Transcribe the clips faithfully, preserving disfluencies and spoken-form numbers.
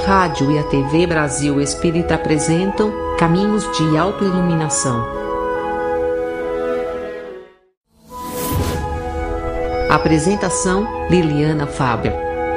rádio e a T V Brasil Espírita apresentam Caminhos de Autoiluminação. Apresentação: Liliana Fábio.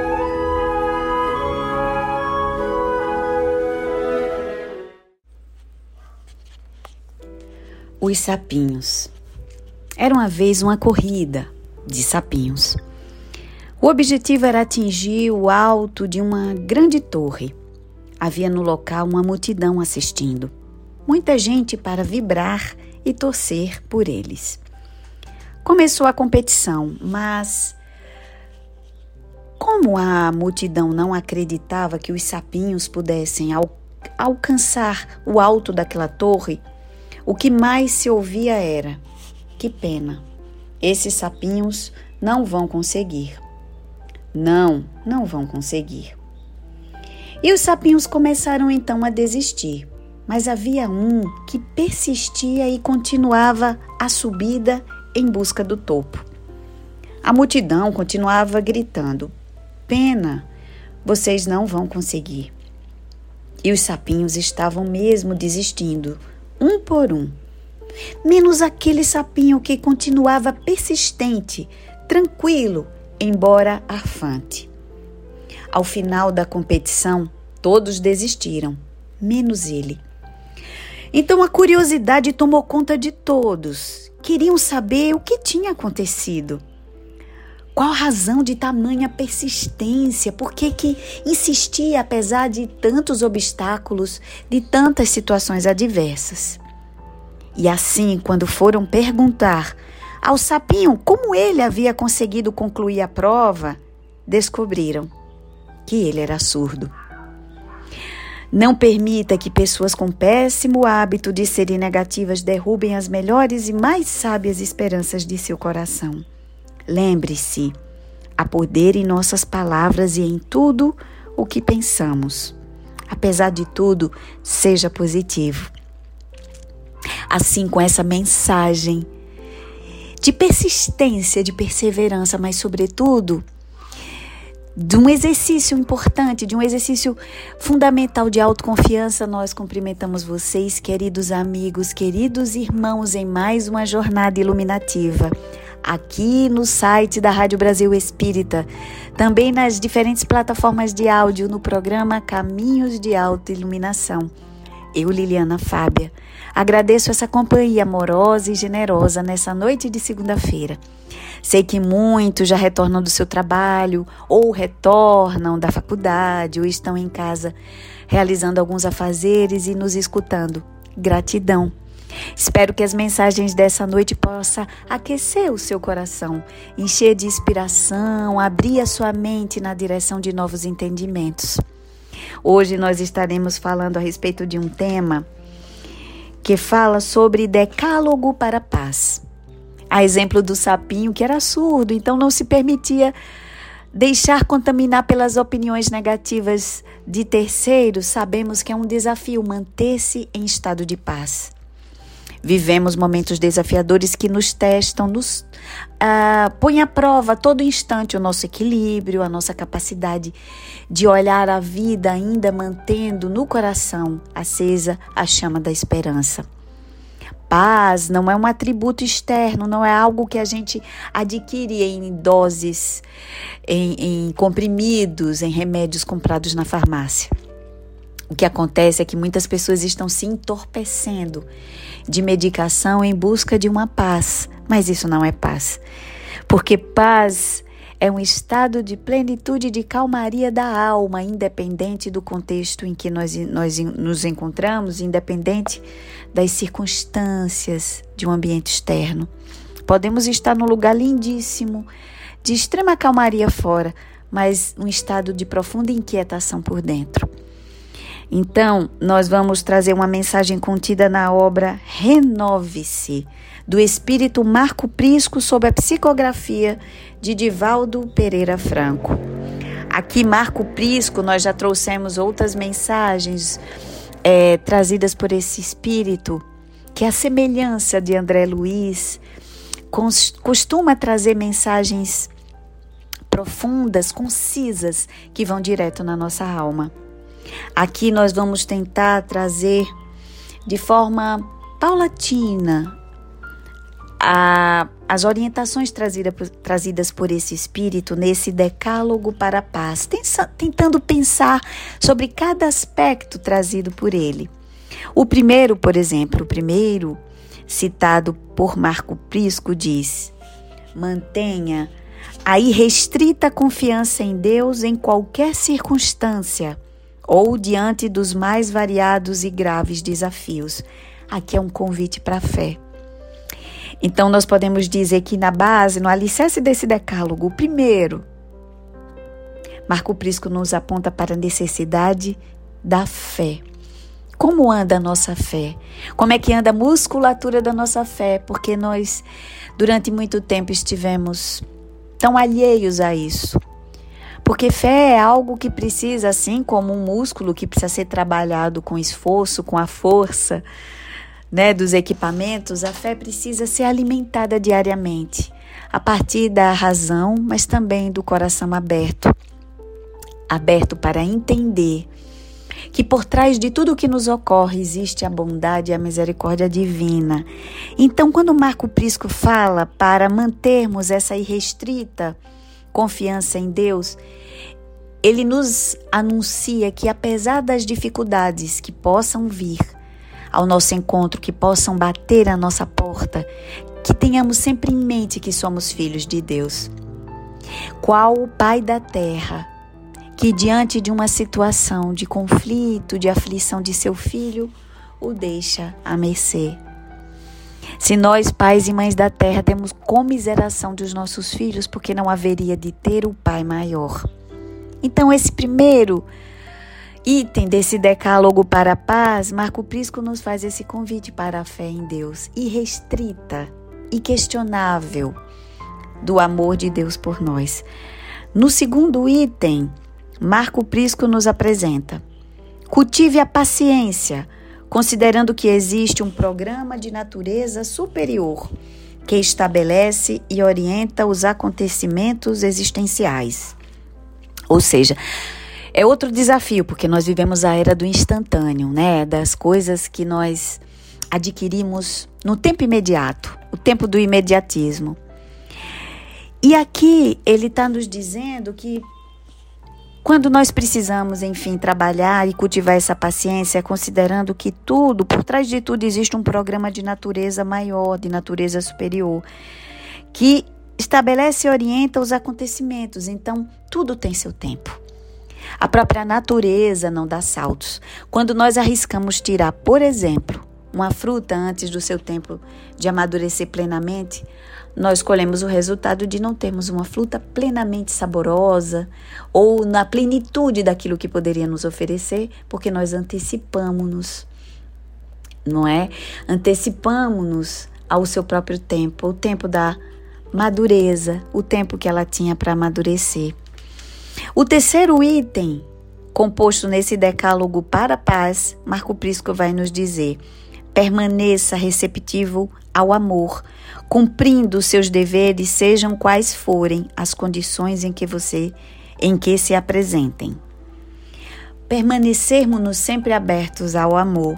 Os sapinhos. Era uma vez uma corrida de sapinhos. O objetivo era atingir o alto de uma grande torre. Havia no local uma multidão assistindo. Muita gente para vibrar e torcer por eles. Começou a competição, mas como a multidão não acreditava que os sapinhos pudessem al- alcançar o alto daquela torre, o que mais se ouvia era: que pena, esses sapinhos não vão conseguir. Não, não vão conseguir. E os sapinhos começaram então a desistir, mas havia um que persistia e continuava a subida em busca do topo. A multidão continuava gritando: pena, vocês não vão conseguir. E os sapinhos estavam mesmo desistindo, um por um. Menos aquele sapinho que continuava persistente, tranquilo, embora arfante. Ao final da competição, todos desistiram, menos ele. Então a curiosidade tomou conta de todos. Queriam saber o que tinha acontecido. Qual a razão de tamanha persistência? Por que que insistia apesar de tantos obstáculos, de tantas situações adversas? E assim, quando foram perguntar ao sapinho como ele havia conseguido concluir a prova, descobriram que ele era surdo. Não permita que pessoas com péssimo hábito de serem negativas derrubem as melhores e mais sábias esperanças de seu coração. Lembre-se, há poder em nossas palavras e em tudo o que pensamos. Apesar de tudo, seja positivo. Assim, com essa mensagem de persistência, de perseverança, mas sobretudo de um exercício importante, de um exercício fundamental de autoconfiança, nós cumprimentamos vocês, queridos amigos, queridos irmãos, em mais uma jornada iluminativa, aqui no site da Rádio Brasil Espírita, também nas diferentes plataformas de áudio, no programa Caminhos de Autoiluminação. Eu, Liliana Fábia, agradeço essa companhia amorosa e generosa nessa noite de segunda-feira. Sei que muitos já retornam do seu trabalho, ou retornam da faculdade, ou estão em casa realizando alguns afazeres e nos escutando. Gratidão. Espero que as mensagens dessa noite possam aquecer o seu coração, encher de inspiração, abrir a sua mente na direção de novos entendimentos. Hoje nós estaremos falando a respeito de um tema que fala sobre decálogo para a paz. A exemplo do sapinho que era surdo, então não se permitia deixar contaminar pelas opiniões negativas de terceiros. Sabemos que é um desafio manter-se em estado de paz. Vivemos momentos desafiadores que nos testam, nos uh, põem à prova a todo instante o nosso equilíbrio, a nossa capacidade de olhar a vida ainda mantendo no coração acesa a chama da esperança. Paz não é um atributo externo, não é algo que a gente adquire em doses, em, em comprimidos, em remédios comprados na farmácia. O que acontece é que muitas pessoas estão se entorpecendo de medicação em busca de uma paz, mas isso não é paz, porque paz é um estado de plenitude e de calmaria da alma, independente do contexto em que nós, nós nos encontramos, independente das circunstâncias de um ambiente externo. Podemos estar num lugar lindíssimo, de extrema calmaria fora, mas um estado de profunda inquietação por dentro. Então, nós vamos trazer uma mensagem contida na obra Renove-se, do espírito Marco Prisco, sob a psicografia de Divaldo Pereira Franco. Aqui, Marco Prisco, nós já trouxemos outras mensagens é, trazidas por esse espírito, que a semelhança de André Luiz costuma trazer mensagens profundas, concisas, que vão direto na nossa alma. Aqui nós vamos tentar trazer de forma paulatina a, as orientações trazida, trazidas por esse Espírito nesse decálogo para a paz, tentando pensar sobre cada aspecto trazido por ele. O primeiro, por exemplo, o primeiro citado por Marco Prisco diz: mantenha a irrestrita confiança em Deus em qualquer circunstância ou diante dos mais variados e graves desafios. Aqui é um convite para a fé. Então, nós podemos dizer que na base, no alicerce desse decálogo, o primeiro, Marco Prisco nos aponta para a necessidade da fé. Como anda a nossa fé? Como é que anda a musculatura da nossa fé? Porque nós, durante muito tempo, estivemos tão alheios a isso. Porque fé é algo que precisa, assim como um músculo que precisa ser trabalhado com esforço, com a força, né, dos equipamentos, a fé precisa ser alimentada diariamente, a partir da razão, mas também do coração aberto. Aberto para entender que por trás de tudo que nos ocorre existe a bondade e a misericórdia divina. Então, quando Marco Prisco fala para mantermos essa irrestrita confiança em Deus, ele nos anuncia que apesar das dificuldades que possam vir ao nosso encontro, que possam bater à nossa porta, que tenhamos sempre em mente que somos filhos de Deus. Qual o Pai da terra que diante de uma situação de conflito, de aflição de seu filho, o deixa à mercê? Se nós, pais e mães da terra, temos comiseração dos nossos filhos, porque não haveria de ter o Pai maior? Então, esse primeiro item desse decálogo para a paz, Marco Prisco nos faz esse convite para a fé em Deus, irrestrita e questionável do amor de Deus por nós. No segundo item, Marco Prisco nos apresenta: cultive a paciência, considerando que existe um programa de natureza superior que estabelece e orienta os acontecimentos existenciais. Ou seja, é outro desafio, porque nós vivemos a era do instantâneo, né? Das coisas que nós adquirimos no tempo imediato, o tempo do imediatismo. E aqui ele está nos dizendo que quando nós precisamos, enfim, trabalhar e cultivar essa paciência, considerando que tudo, por trás de tudo, existe um programa de natureza maior, de natureza superior, que estabelece e orienta os acontecimentos. Então, tudo tem seu tempo. A própria natureza não dá saltos. Quando nós arriscamos tirar, por exemplo, uma fruta antes do seu tempo de amadurecer plenamente, nós colhemos o resultado de não termos uma fruta plenamente saborosa ou na plenitude daquilo que poderia nos oferecer, porque nós antecipamos-nos, não é? Antecipamos-nos ao seu próprio tempo, o tempo da madureza, o tempo que ela tinha para amadurecer. O terceiro item, composto nesse decálogo para a paz, Marco Prisco vai nos dizer: permaneça receptivo ao amor, cumprindo seus deveres, sejam quais forem as condições em que você, em que se apresentem. Permanecermos sempre abertos ao amor,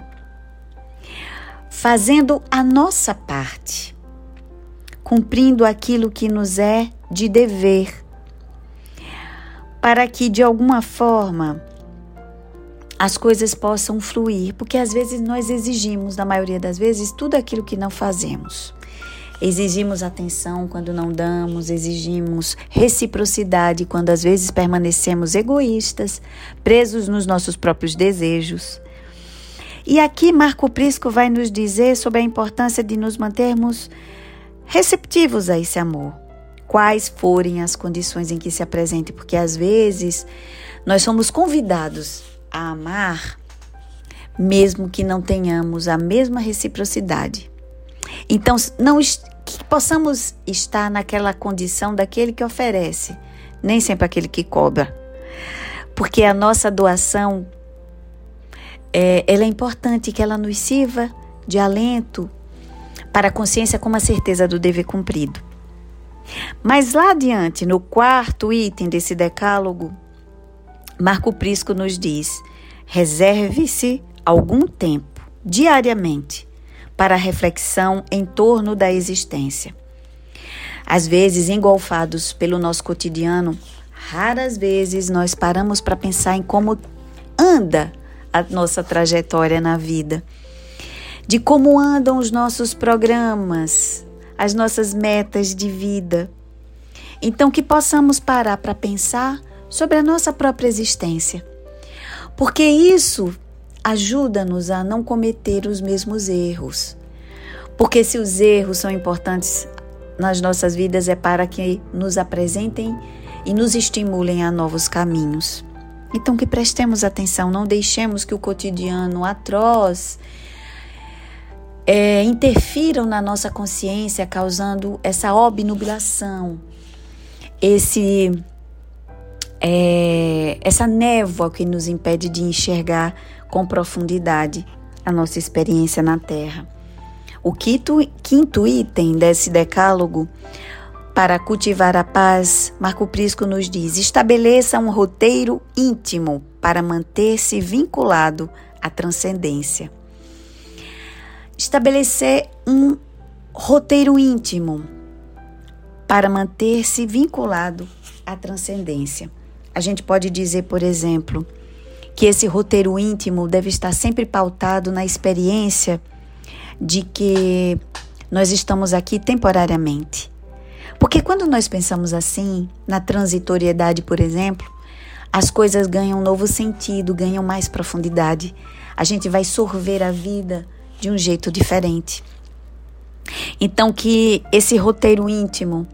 fazendo a nossa parte, cumprindo aquilo que nos é de dever, para que de alguma forma as coisas possam fluir, porque às vezes nós exigimos, na maioria das vezes, tudo aquilo que não fazemos. Exigimos atenção quando não damos, exigimos reciprocidade quando às vezes permanecemos egoístas, presos nos nossos próprios desejos. E aqui Marco Prisco vai nos dizer sobre a importância de nos mantermos receptivos a esse amor, quais forem as condições em que se apresente, porque às vezes nós somos convidados a amar, mesmo que não tenhamos a mesma reciprocidade. Então, não que possamos estar naquela condição daquele que oferece, nem sempre aquele que cobra, porque a nossa doação é, ela é importante, que ela nos sirva de alento para a consciência com a certeza do dever cumprido. Mas lá adiante, no quarto item desse decálogo, Marco Prisco nos diz: reserve-se algum tempo, diariamente, para a reflexão em torno da existência. Às vezes, engolfados pelo nosso cotidiano, raras vezes nós paramos para pensar em como anda a nossa trajetória na vida, de como andam os nossos programas, as nossas metas de vida. Então, que possamos parar para pensar sobre a nossa própria existência, porque isso ajuda-nos a não cometer os mesmos erros. Porque se os erros são importantes nas nossas vidas, é para que nos apresentem e nos estimulem a novos caminhos. Então, que prestemos atenção, não deixemos que o cotidiano atroz é, interfiram na nossa consciência, causando essa obnubilação, esse, é, essa névoa que nos impede de enxergar com profundidade a nossa experiência na Terra. O quinto, quinto item desse decálogo, para cultivar a paz, Marco Prisco nos diz: estabeleça um roteiro íntimo para manter-se vinculado à transcendência. Estabelecer um roteiro íntimo para manter-se vinculado à transcendência. A gente pode dizer, por exemplo, que esse roteiro íntimo deve estar sempre pautado na experiência de que nós estamos aqui temporariamente. Porque quando nós pensamos assim, na transitoriedade, por exemplo, as coisas ganham um novo sentido, ganham mais profundidade. A gente vai sorver a vida de um jeito diferente. Então, que esse roteiro íntimo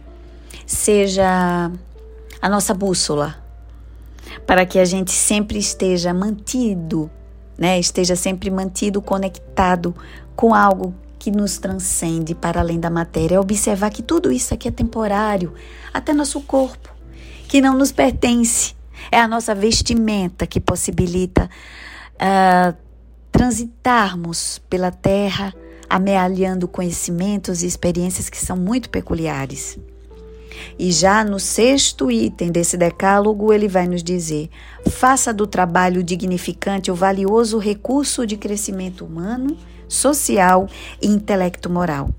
seja a nossa bússola, para que a gente sempre esteja mantido, né? Esteja sempre mantido, conectado com algo que nos transcende para além da matéria. É observar que tudo isso aqui é temporário, até nosso corpo, que não nos pertence. É a nossa vestimenta que possibilita uh, transitarmos pela terra, amealhando conhecimentos e experiências que são muito peculiares. E já no sexto item desse decálogo, ele vai nos dizer: faça do trabalho dignificante o valioso recurso de crescimento humano, social e intelecto moral.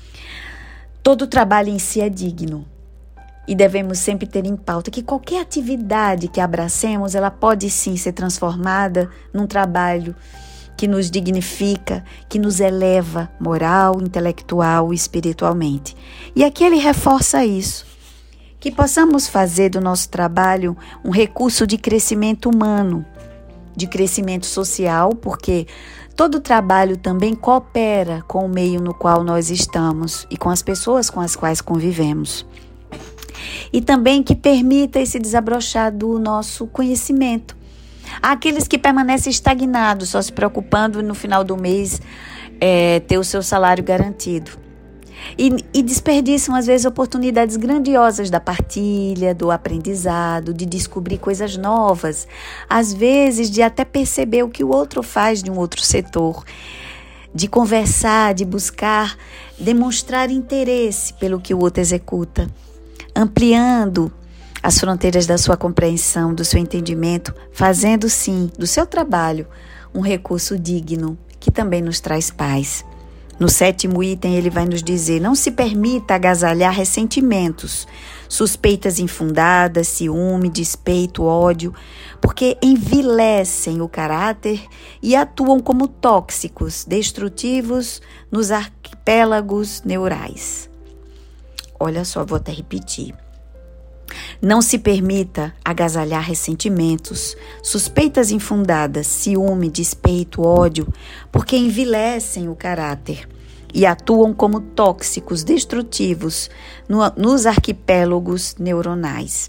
Todo trabalho em si é digno e devemos sempre ter em pauta que qualquer atividade que abracemos, ela pode sim ser transformada num trabalho que nos dignifica, que nos eleva moral, intelectual e espiritualmente. E aqui ele reforça isso, que possamos fazer do nosso trabalho um recurso de crescimento humano, de crescimento social, porque todo trabalho também coopera com o meio no qual nós estamos e com as pessoas com as quais convivemos. E também que permita esse desabrochar do nosso conhecimento. Há aqueles que permanecem estagnados, só se preocupando no final do mês é, ter o seu salário garantido. E, e desperdiçam, às vezes, oportunidades grandiosas da partilha, do aprendizado, de descobrir coisas novas, às vezes de até perceber o que o outro faz de um outro setor, de conversar, de buscar, demonstrar interesse pelo que o outro executa, ampliando as fronteiras da sua compreensão, do seu entendimento, fazendo, sim, do seu trabalho um recurso digno, que também nos traz paz. No sétimo item, ele vai nos dizer: não se permita agasalhar ressentimentos, suspeitas infundadas, ciúme, despeito, ódio, porque envilecem o caráter e atuam como tóxicos, destrutivos nos arquipélagos neurais. Olha só, vou até repetir. Não se permita agasalhar ressentimentos, suspeitas infundadas, ciúme, despeito, ódio, porque envilecem o caráter e atuam como tóxicos destrutivos no, nos arquipélagos neuronais.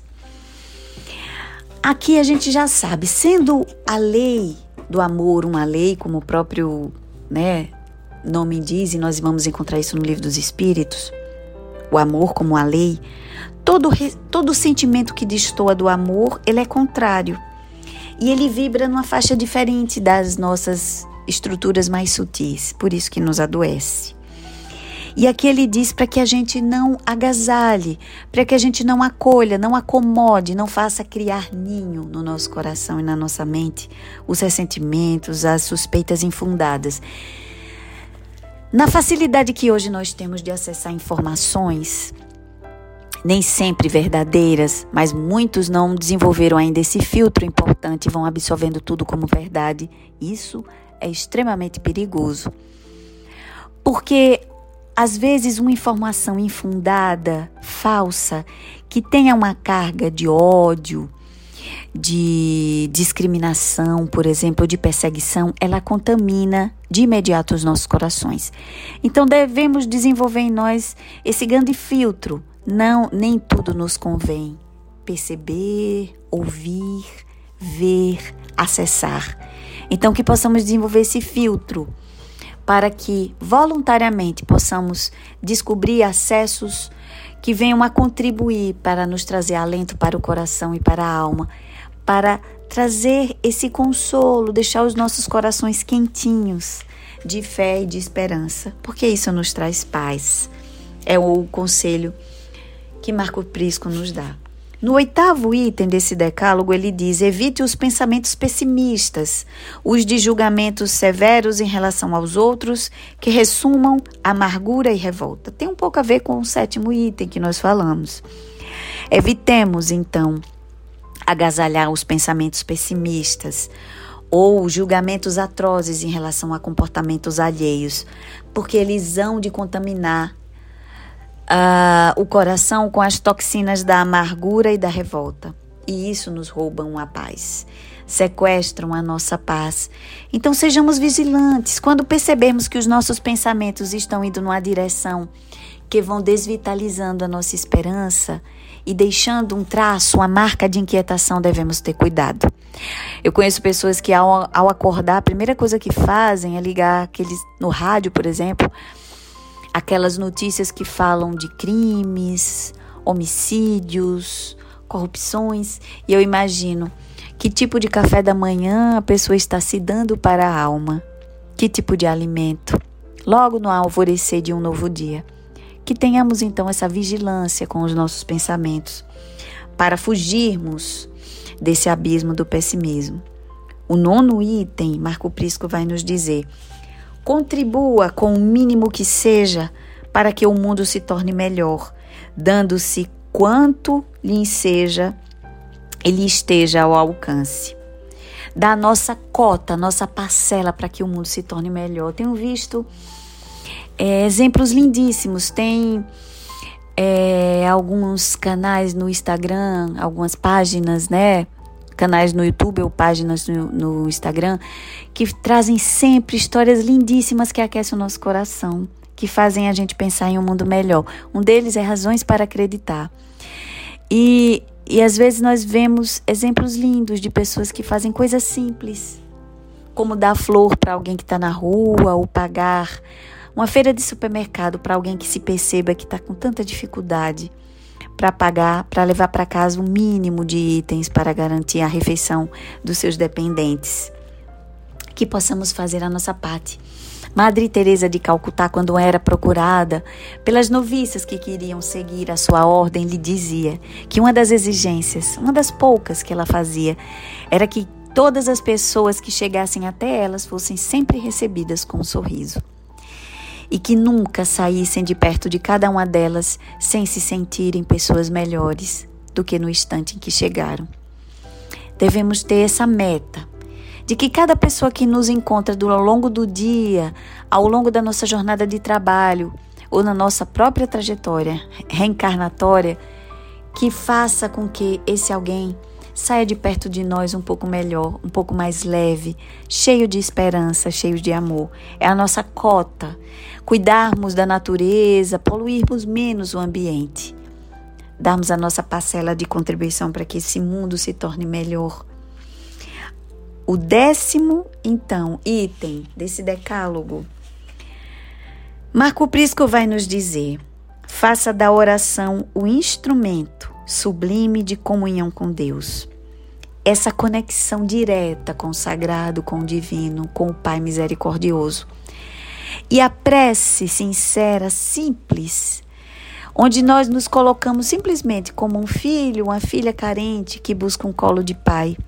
Aqui a gente já sabe, sendo a lei do amor uma lei, como o próprio né, nome diz, e nós vamos encontrar isso no Livro dos Espíritos, o amor como a lei, todo, todo sentimento que destoa do amor, ele é contrário. E ele vibra numa faixa diferente das nossas estruturas mais sutis, por isso que nos adoece. E aqui ele diz para que a gente não agasalhe, para que a gente não acolha, não acomode, não faça criar ninho no nosso coração e na nossa mente os ressentimentos, as suspeitas infundadas. Na facilidade que hoje nós temos de acessar informações, nem sempre verdadeiras, mas muitos não desenvolveram ainda esse filtro importante e vão absorvendo tudo como verdade. Isso é extremamente perigoso. Porque, às vezes, uma informação infundada, falsa, que tenha uma carga de ódio, de discriminação, por exemplo, de perseguição, ela contamina de imediato os nossos corações. Então, devemos desenvolver em nós esse grande filtro. Não, nem tudo nos convém perceber, ouvir, ver, acessar. Então, que possamos desenvolver esse filtro para que voluntariamente possamos descobrir acessos que venham a contribuir para nos trazer alento para o coração e para a alma, para trazer esse consolo, deixar os nossos corações quentinhos de fé e de esperança, porque isso nos traz paz. É o conselho que Marco Prisco nos dá. No oitavo item desse decálogo, ele diz: evite os pensamentos pessimistas, os de julgamentos severos em relação aos outros, que ressumam amargura e revolta. Tem um pouco a ver com o sétimo item que nós falamos. Evitemos, então, agasalhar os pensamentos pessimistas ou julgamentos atrozes em relação a comportamentos alheios, porque eles hão de contaminar Uh, o coração com as toxinas da amargura e da revolta. E isso nos roubam a paz, sequestram a nossa paz. Então sejamos vigilantes. Quando percebermos que os nossos pensamentos estão indo numa direção que vão desvitalizando a nossa esperança e deixando um traço, uma marca de inquietação, devemos ter cuidado. Eu conheço pessoas que ao, ao acordar, a primeira coisa que fazem é ligar aqueles, no rádio, por exemplo, aquelas notícias que falam de crimes, homicídios, corrupções. E eu imagino que tipo de café da manhã a pessoa está se dando para a alma. Que tipo de alimento. Logo no alvorecer de um novo dia. Que tenhamos então essa vigilância com os nossos pensamentos para fugirmos desse abismo do pessimismo. O nono item, Marco Prisco vai nos dizer: contribua com o mínimo que seja para que o mundo se torne melhor, dando-se quanto lhe seja e lhe esteja ao alcance. Dá a nossa cota, a nossa parcela para que o mundo se torne melhor. Tenho visto é, exemplos lindíssimos. Tem é, alguns canais no Instagram, algumas páginas, né? Canais no YouTube ou páginas no, no Instagram, que trazem sempre histórias lindíssimas que aquecem o nosso coração, que fazem a gente pensar em um mundo melhor. Um deles é Razões para Acreditar. E, e às vezes nós vemos exemplos lindos de pessoas que fazem coisas simples, como dar flor para alguém que está na rua, ou pagar uma feira de supermercado para alguém que se perceba que está com tanta dificuldade para pagar, para levar para casa o mínimo de itens para garantir a refeição dos seus dependentes. Que possamos fazer a nossa parte. Madre Teresa de Calcutá, quando era procurada pelas noviças que queriam seguir a sua ordem, lhe dizia que uma das exigências, uma das poucas que ela fazia, era que todas as pessoas que chegassem até elas fossem sempre recebidas com um sorriso. E que nunca saíssem de perto de cada uma delas sem se sentirem pessoas melhores do que no instante em que chegaram. Devemos ter essa meta, de que cada pessoa que nos encontra ao longo do dia, ao longo da nossa jornada de trabalho, ou na nossa própria trajetória reencarnatória, que faça com que esse alguém saia de perto de nós um pouco melhor, um pouco mais leve, cheio de esperança, cheio de amor. É a nossa cota. Cuidarmos da natureza, poluirmos menos o ambiente. Darmos a nossa parcela de contribuição para que esse mundo se torne melhor. O décimo, então, item desse decálogo, Marco Prisco vai nos dizer: faça da oração o instrumento sublime de comunhão com Deus. Essa conexão direta com o sagrado, com o divino, com o Pai misericordioso. E a prece sincera, simples, onde nós nos colocamos simplesmente como um filho, uma filha carente que busca um colo de pai,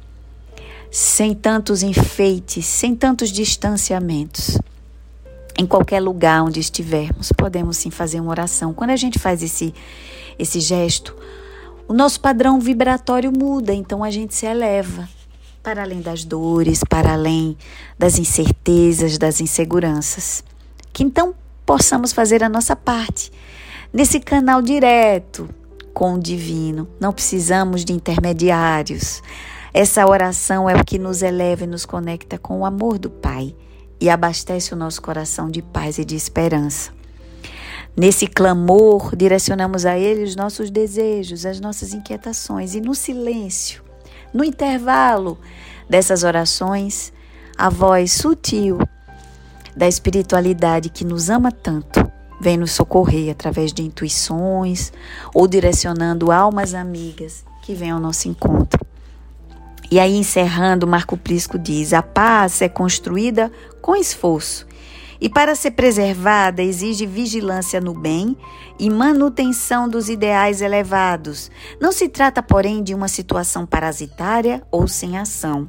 sem tantos enfeites, sem tantos distanciamentos. Em qualquer lugar onde estivermos, podemos sim fazer uma oração. Quando a gente faz esse, esse gesto, o nosso padrão vibratório muda, então a gente se eleva para além das dores, para além das incertezas, das inseguranças. Que então possamos fazer a nossa parte nesse canal direto com o divino. Não precisamos de intermediários. Essa oração é o que nos eleva e nos conecta com o amor do Pai e abastece o nosso coração de paz e de esperança. Nesse clamor, direcionamos a Ele os nossos desejos, as nossas inquietações e no silêncio, no intervalo dessas orações, a voz sutil da espiritualidade que nos ama tanto vem nos socorrer através de intuições ou direcionando almas amigas que vêm ao nosso encontro. E aí, encerrando, Marco Prisco diz: a paz é construída com esforço e, para ser preservada, exige vigilância no bem e manutenção dos ideais elevados. Não se trata, porém, de uma situação parasitária ou sem ação.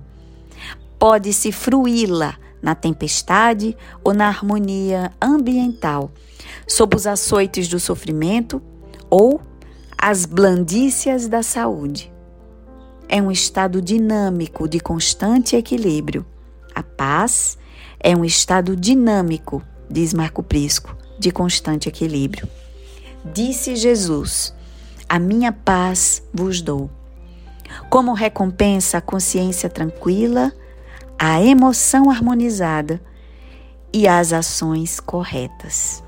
Pode-se fruí-la na tempestade ou na harmonia ambiental, sob os açoites do sofrimento ou as blandícias da saúde. É um estado dinâmico de constante equilíbrio. A paz é um estado dinâmico, diz Marco Prisco, de constante equilíbrio. Disse Jesus: a minha paz vos dou. Como recompensa a consciência tranquila, a emoção harmonizada e as ações corretas.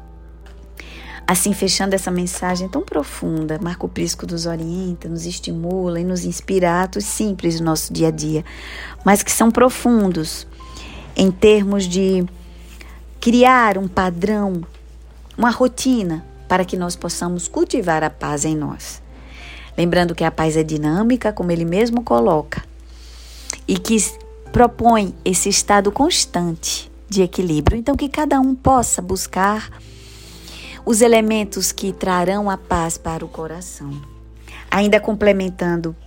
Assim, fechando essa mensagem tão profunda, Marco Prisco nos orienta, nos estimula e nos inspira a atos simples do nosso dia a dia, mas que são profundos em termos de criar um padrão, uma rotina para que nós possamos cultivar a paz em nós. Lembrando que a paz é dinâmica, como ele mesmo coloca, e que propõe esse estado constante de equilíbrio. Então, que cada um possa buscar os elementos que trarão a paz para o coração. Ainda complementando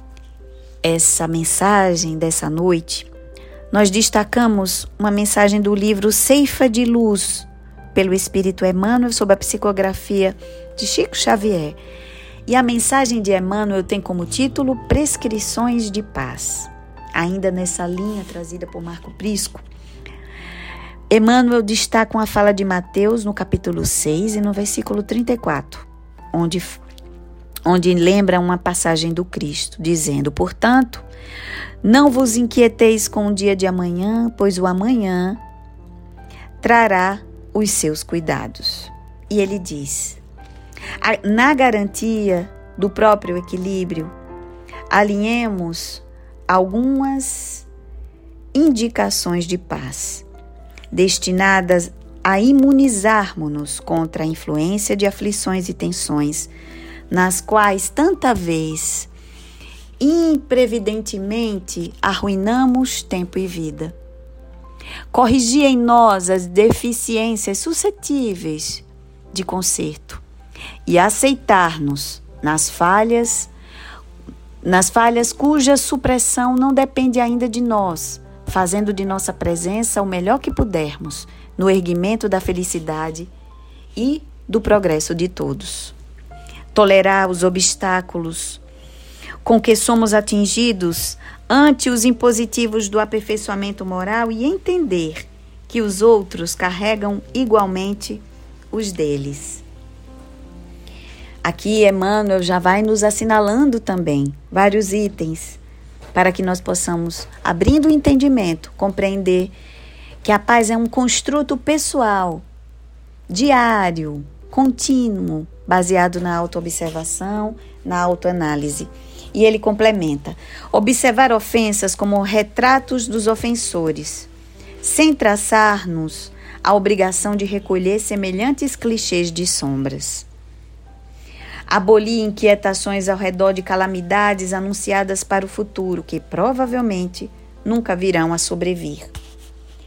essa mensagem dessa noite, nós destacamos uma mensagem do livro Ceifa de Luz, pelo Espírito Emmanuel, sob a psicografia de Chico Xavier. E a mensagem de Emmanuel tem como título Prescrições de Paz. Ainda nessa linha trazida por Marco Prisco, Emmanuel destaca uma fala de Mateus no capítulo seis e no versículo trinta e quatro, onde, onde lembra uma passagem do Cristo, dizendo: portanto, não vos inquieteis com o dia de amanhã, pois o amanhã trará os seus cuidados. E ele diz: na garantia do próprio equilíbrio, alinhemos algumas indicações de paz, destinadas a imunizarmos-nos contra a influência de aflições e tensões, nas quais tanta vez, imprevidentemente, arruinamos tempo e vida. Corrigir em nós as deficiências suscetíveis de conserto e aceitar-nos nas falhas, nas falhas cuja supressão não depende ainda de nós, fazendo de nossa presença o melhor que pudermos no erguimento da felicidade e do progresso de todos. Tolerar os obstáculos com que somos atingidos ante os impositivos do aperfeiçoamento moral e entender que os outros carregam igualmente os deles. Aqui Emmanuel já vai nos assinalando também vários itens para que nós possamos, abrindo o entendimento, compreender que a paz é um construto pessoal, diário, contínuo, baseado na autoobservação, na autoanálise. E ele complementa: observar ofensas como retratos dos ofensores, sem traçar-nos a obrigação de recolher semelhantes clichês de sombras. Abolir inquietações ao redor de calamidades anunciadas para o futuro, que provavelmente nunca virão a sobrevir.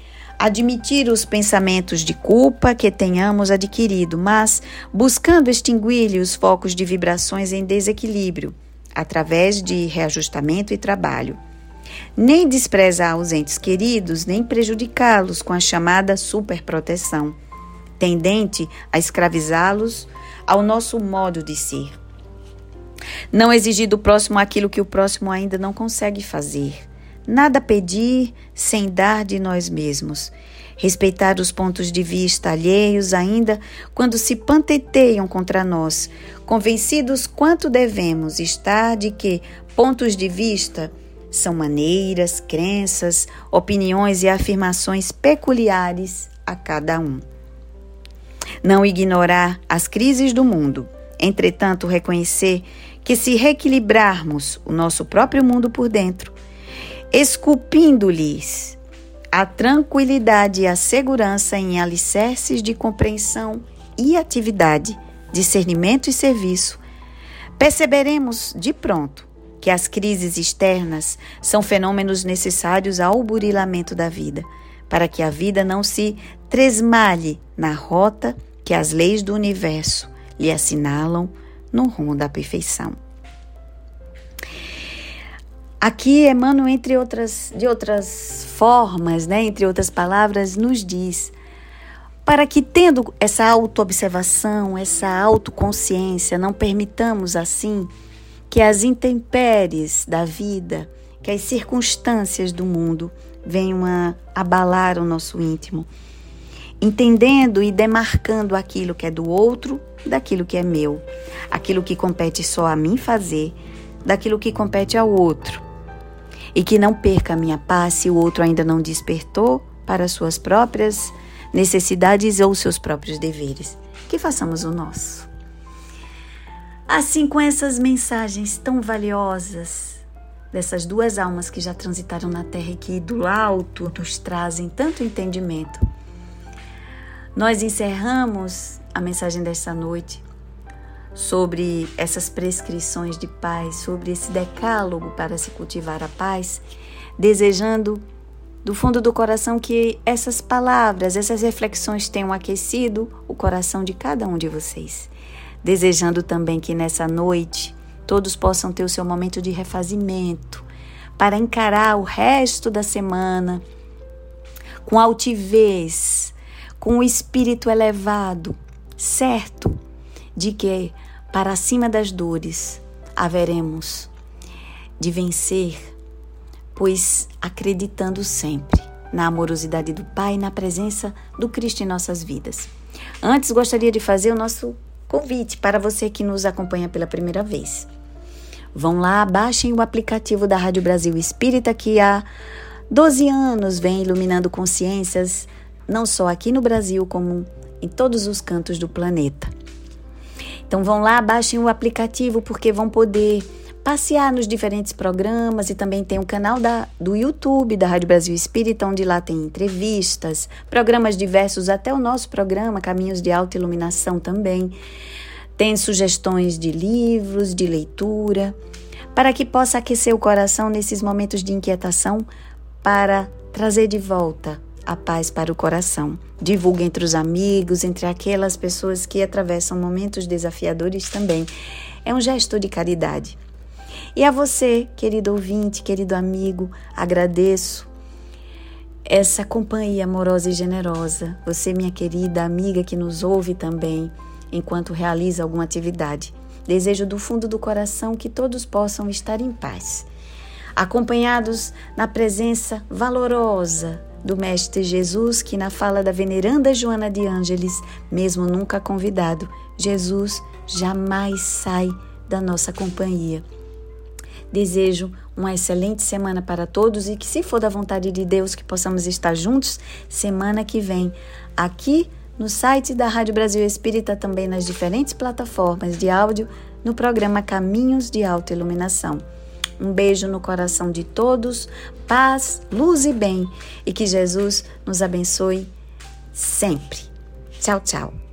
admitir os pensamentos de culpa que tenhamos adquirido, mas buscando extinguir-lhe os focos de vibrações em desequilíbrio, através de reajustamento e trabalho. Nem desprezar os entes queridos, nem prejudicá-los com a chamada superproteção, tendente a escravizá-los ao nosso modo de ser. Não exigir do próximo aquilo que o próximo ainda não consegue fazer. Nada pedir sem dar de nós mesmos. Respeitar os pontos de vista alheios ainda quando se panteteiam contra nós, convencidos quanto devemos estar de que pontos de vista são maneiras, crenças, opiniões e afirmações peculiares a cada um. Não ignorar as crises do mundo, entretanto reconhecer que se reequilibrarmos o nosso próprio mundo por dentro, esculpindo-lhes a tranquilidade e a segurança em alicerces de compreensão e atividade, discernimento e serviço, perceberemos de pronto que as crises externas são fenômenos necessários ao burilamento da vida, para que a vida não se tresmalhe na rota que as leis do universo lhe assinalam no rumo da perfeição. Aqui, Emmanuel, entre outras, de outras formas, né, entre outras palavras, nos diz para que, tendo essa autoobservação, essa autoconsciência, não permitamos, assim, que as intempéries da vida, que as circunstâncias do mundo venham a abalar o nosso íntimo, entendendo e demarcando aquilo que é do outro daquilo que é meu, aquilo que compete só a mim fazer, daquilo que compete ao outro, e que não perca a minha paz se o outro ainda não despertou para suas próprias necessidades ou seus próprios deveres. Que façamos o nosso. Assim, com essas mensagens tão valiosas dessas duas almas que já transitaram na Terra e que do alto nos trazem tanto entendimento, nós encerramos a mensagem desta noite sobre essas prescrições de paz, sobre esse decálogo para se cultivar a paz, desejando do fundo do coração que essas palavras, essas reflexões tenham aquecido o coração de cada um de vocês. Desejando também que nessa noite todos possam ter o seu momento de refazimento para encarar o resto da semana com altivez, com o espírito elevado, certo de que para cima das dores haveremos de vencer, pois acreditando sempre na amorosidade do Pai e na presença do Cristo em nossas vidas. Antes, gostaria de fazer o nosso convite para você que nos acompanha pela primeira vez. Vão lá, baixem o aplicativo da Rádio Brasil Espírita, que há doze anos vem iluminando consciências, não só aqui no Brasil, como em todos os cantos do planeta. Então vão lá, baixem o aplicativo, porque vão poder passear nos diferentes programas, e também tem o canal da, do YouTube da Rádio Brasil Espírita, onde lá tem entrevistas, programas diversos, até o nosso programa Caminhos de Autoiluminação também. Tem sugestões de livros, de leitura, para que possa aquecer o coração nesses momentos de inquietação, para trazer de volta a paz para o coração. Divulgue entre os amigos, entre aquelas pessoas que atravessam momentos desafiadores também. É um gesto de caridade. E a você, querido ouvinte, querido amigo, agradeço essa companhia amorosa e generosa. Você, minha querida amiga que nos ouve também, enquanto realiza alguma atividade. Desejo do fundo do coração que todos possam estar em paz, acompanhados na presença valorosa do Mestre Jesus, que na fala da veneranda Joana de Ângeles, mesmo nunca convidado, Jesus jamais sai da nossa companhia. Desejo uma excelente semana para todos e que, se for da vontade de Deus, que possamos estar juntos semana que vem, aqui no site da Rádio Brasil Espírita, também nas diferentes plataformas de áudio, no programa Caminhos de Autoiluminação. Um beijo no coração de todos, paz, luz e bem, e que Jesus nos abençoe sempre. Tchau, tchau.